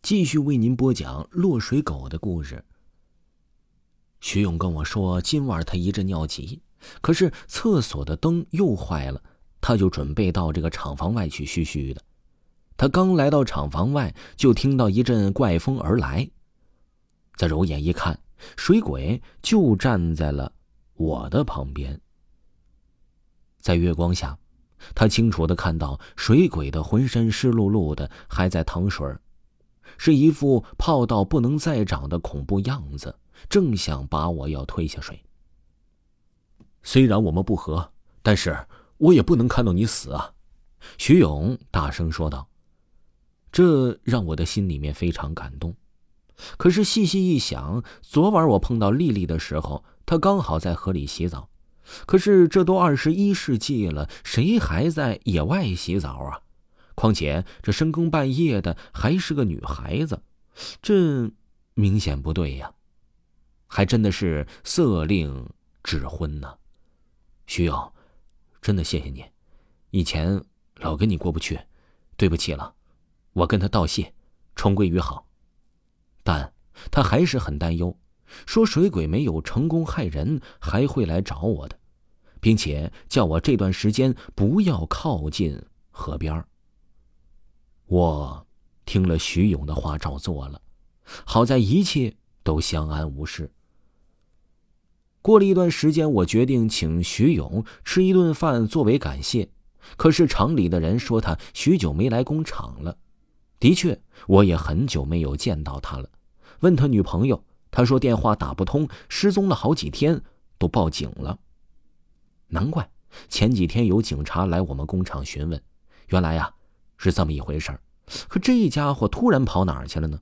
继续为您播讲落水狗的故事。徐勇跟我说，今晚他一阵尿急，可是厕所的灯又坏了，他就准备到这个厂房外去嘘嘘的。他刚来到厂房外，就听到一阵怪风而来。再揉眼一看，水鬼就站在了我的旁边。在月光下，他清楚地看到水鬼的浑身湿漉漉的，还在淌水，是一副泡到不能再长的恐怖样子，正想把我要推下水。虽然我们不和，但是我也不能看到你死啊！徐勇大声说道。这让我的心里面非常感动。可是细细一想，昨晚我碰到丽丽的时候，她刚好在河里洗澡。可是这都21世纪了，谁还在野外洗澡啊？况且这深更半夜的还是个女孩子，这明显不对呀。还真的是色令智昏呢。徐勇，真的谢谢你，以前老跟你过不去，对不起了，我跟他道谢，重归于好。但他还是很担忧，说水鬼没有成功害人，还会来找我的，并且叫我这段时间不要靠近河边。我听了徐勇的话照做了，好在一切都相安无事。过了一段时间，我决定请徐勇吃一顿饭作为感谢，可是厂里的人说他许久没来工厂了。的确，我也很久没有见到他了。问他女朋友，他说电话打不通，失踪了好几天，都报警了。难怪前几天有警察来我们工厂询问，原来呀是这么一回事儿。可这家伙突然跑哪儿去了呢？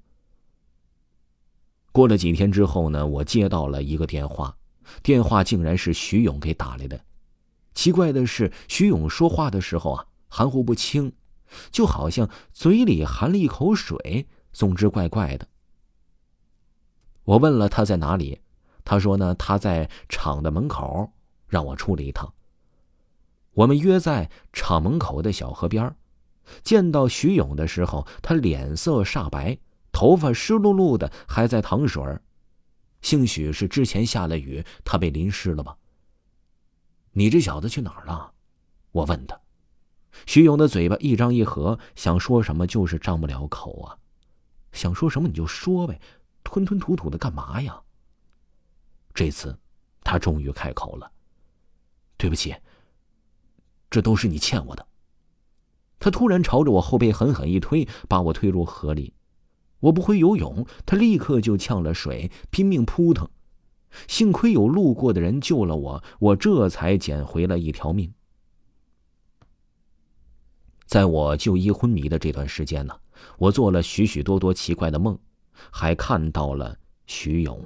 过了几天之后呢，我接到了一个电话，电话竟然是徐勇给打来的。奇怪的是，徐勇说话的时候啊，含糊不清，就好像嘴里含了一口水，总之怪怪的。我问了他在哪里，他说呢，他在厂的门口，让我出了一趟。我们约在厂门口的小河边。见到徐勇的时候，他脸色煞白，头发湿漉漉的，还在淌水，兴许是之前下了雨，他被淋湿了吧。你这小子去哪儿了？我问他。徐勇的嘴巴一张一合，想说什么就是张不了口啊。想说什么你就说呗，吞吞吐吐的干嘛呀？这次他终于开口了。对不起，这都是你欠我的。他突然朝着我后背狠狠一推，把我推入河里。我不会游泳，他立刻就呛了水，拼命扑腾。幸亏有路过的人救了我，我这才捡回了一条命。在我就医昏迷的这段时间呢，我做了许许多多奇怪的梦，还看到了徐勇。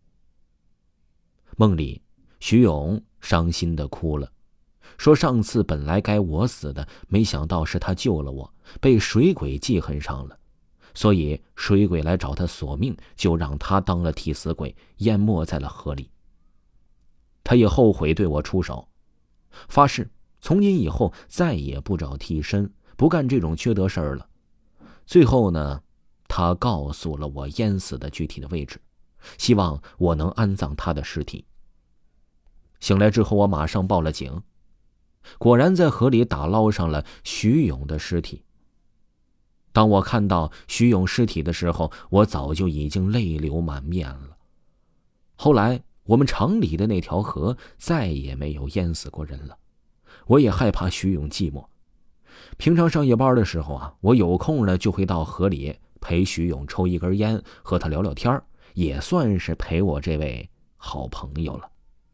梦里，徐勇伤心地哭了，说上次本来该我死的，没想到是他救了我，被水鬼记恨上了，所以水鬼来找他索命，就让他当了替死鬼，淹没在了河里。他也后悔对我出手，发誓从今以后再也不找替身，不干这种缺德事儿了。最后呢，他告诉了我淹死的具体的位置，希望我能安葬他的尸体。醒来之后，我马上报了警，果然在河里打捞上了徐勇的尸体。当我看到徐勇尸体的时候，我早就已经泪流满面了。后来我们厂里的那条河再也没有淹死过人了，我也害怕徐勇寂寞。平常上夜班的时候啊，我有空了就会到河里陪徐勇抽一根烟，和他聊聊天，也算是陪我这位好朋友了。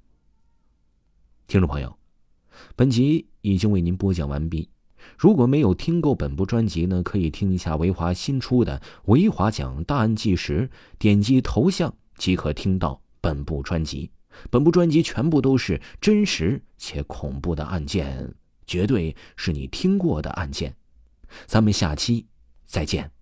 听众朋友，本集已经为您播讲完毕。如果没有听够本部专辑呢，可以听一下维华新出的《维华讲大案纪实》，点击头像即可听到本部专辑。本部专辑全部都是真实且恐怖的案件，绝对是你听过的案件。咱们下期再见。